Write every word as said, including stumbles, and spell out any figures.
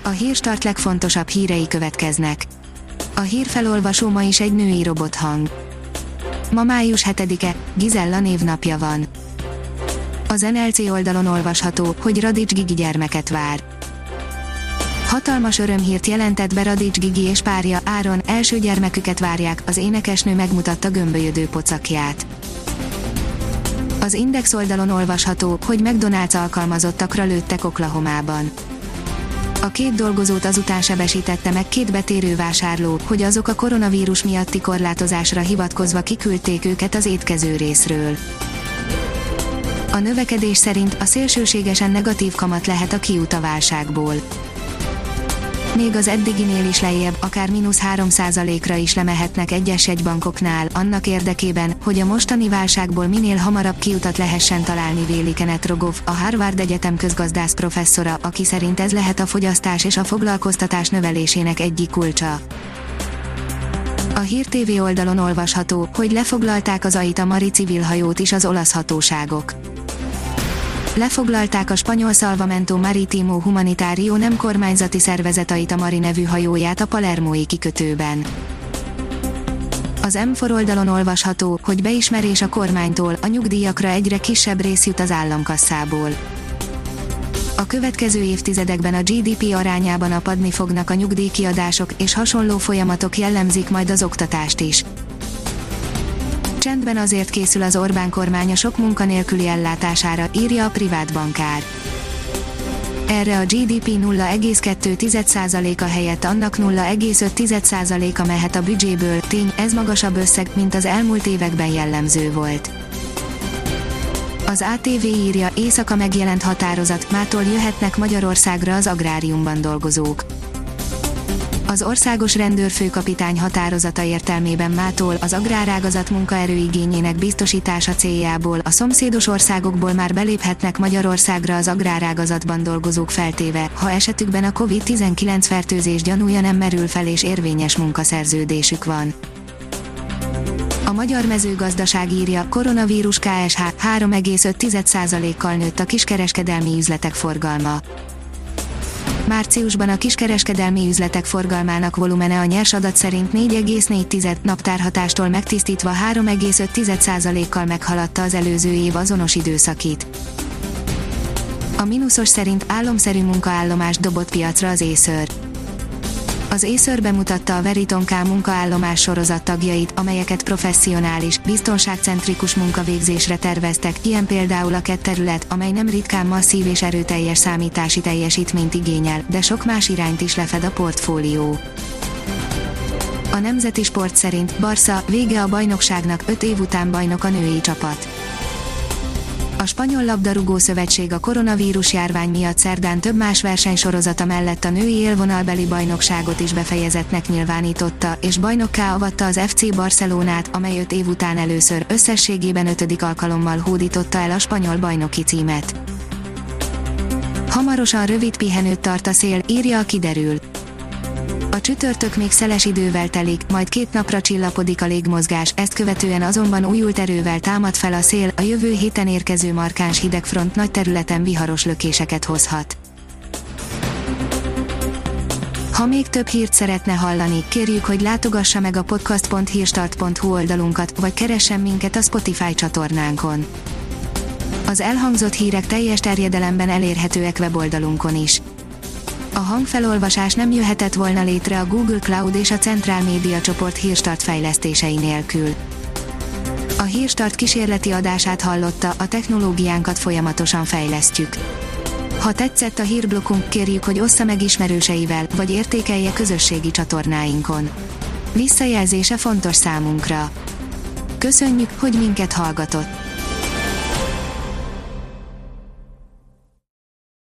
A Hírstart legfontosabb hírei következnek. A hírfelolvasó ma is egy női robothang. Ma május hetedike, Gizella névnapja van. Az en el cé oldalon olvasható, hogy Radics Gigi gyermeket vár. Hatalmas örömhírt jelentett be Radics Gigi és párja, Áron, első gyermeküket várják, az énekesnő megmutatta gömbölyödő pocakját. Az Index oldalon olvasható, hogy McDonald's alkalmazottakra lőttek Oklahomában. A két dolgozót azután sebesítette meg két betérő vásárló, hogy azok a koronavírus miatti korlátozásra hivatkozva kiküldték őket az étkező részről. A növekedés szerint a szélsőségesen negatív kamat lehet a kiút a válságból. Még az eddiginél is lejjebb, akár mínusz három százalékra is lemehetnek egyes jegybankoknál, annak érdekében, hogy a mostani válságból minél hamarabb kiutat lehessen találni, véli Kenneth Rogoff, a Harvard Egyetem közgazdász professzora, aki szerint ez lehet a fogyasztás és a foglalkoztatás növelésének egyik kulcsa. A Hír té vé oldalon olvasható, hogy lefoglalták az Aita Mari civil hajót is az olasz hatóságok. Lefoglalták a spanyol Salvamento Maritimo Humanitario nem kormányzati szervezet Aita Mari nevű hajóját a palermói kikötőben. Az em négy oldalon olvasható, hogy beismerés a kormánytól, a nyugdíjakra egyre kisebb rész jut az államkasszából. A következő évtizedekben a gé dé pé arányában apadni fognak a nyugdíjkiadások, és hasonló folyamatok jellemzik majd az oktatást is. Csendben azért készül az Orbán kormány a sok munkanélküli ellátására, írja a privát bankár. Erre a gé dé pé nulla egész kettő százaléka helyett annak nulla egész öt százaléka mehet a büdzséből, tény, ez magasabb összeg, mint az elmúlt években jellemző volt. Az á té vé írja, éjszaka megjelent határozat, mától jöhetnek Magyarországra az agráriumban dolgozók. Az országos rendőrfőkapitány határozata értelmében mától az agrárágazat munkaerőigényének biztosítása céljából a szomszédos országokból már beléphetnek Magyarországra az agrárágazatban dolgozók, feltéve, ha esetükben a kovid tizenkilenc fertőzés gyanúja nem merül fel és érvényes munkaszerződésük van. A Magyar Mezőgazdaság írja, koronavírus ká es há három egész öt százalékkal nőtt a kiskereskedelmi üzletek forgalma. Márciusban a kiskereskedelmi üzletek forgalmának volumene a nyers adat szerint négy egész négy naptárhatástól megtisztítva három egész öt százalékkal meghaladta az előző év azonos időszakit. A mínuszos szerint álomszerű munkaállomást dobott piacra az Acer. Az Acer bemutatta a Veriton K munkaállomás sorozat tagjait, amelyeket professzionális, biztonságcentrikus munkavégzésre terveztek, ilyen például a ketterület, amely nem ritkán masszív és erőteljes számítási teljesítményt igényel, de sok más irányt is lefed a portfólió. A Nemzeti Sport szerint Barca, vége a bajnokságnak, öt év után bajnok a női csapat. A Spanyol Labdarúgó Szövetség a koronavírus járvány miatt szerdán több más versenysorozata mellett a női élvonalbeli bajnokságot is befejezettnek nyilvánította, és bajnokká avatta az ef cé Barcelonát, amely öt év után először, összességében ötödik alkalommal hódította el a spanyol bajnoki címet. Hamarosan rövid pihenőt tart a szél, írja a Kiderül. A csütörtök még szeles idővel telik, majd két napra csillapodik a légmozgás, ezt követően azonban újult erővel támad fel a szél, a jövő héten érkező markáns hidegfront nagy területen viharos lökéseket hozhat. Ha még több hírt szeretne hallani, kérjük, hogy látogassa meg a podcast pont hírstart pont hu oldalunkat, vagy keressen minket a Spotify csatornánkon. Az elhangzott hírek teljes terjedelemben elérhetőek weboldalunkon is. A hangfelolvasás nem jöhetett volna létre a Google Cloud és a Centrál Média csoport Hírstart fejlesztései nélkül. A Hírstart kísérleti adását hallotta, a technológiánkat folyamatosan fejlesztjük. Ha tetszett a hírblokkunk, kérjük, hogy ossza meg ismerőseivel, vagy értékelje közösségi csatornáinkon. Visszajelzése fontos számunkra. Köszönjük, hogy minket hallgatott!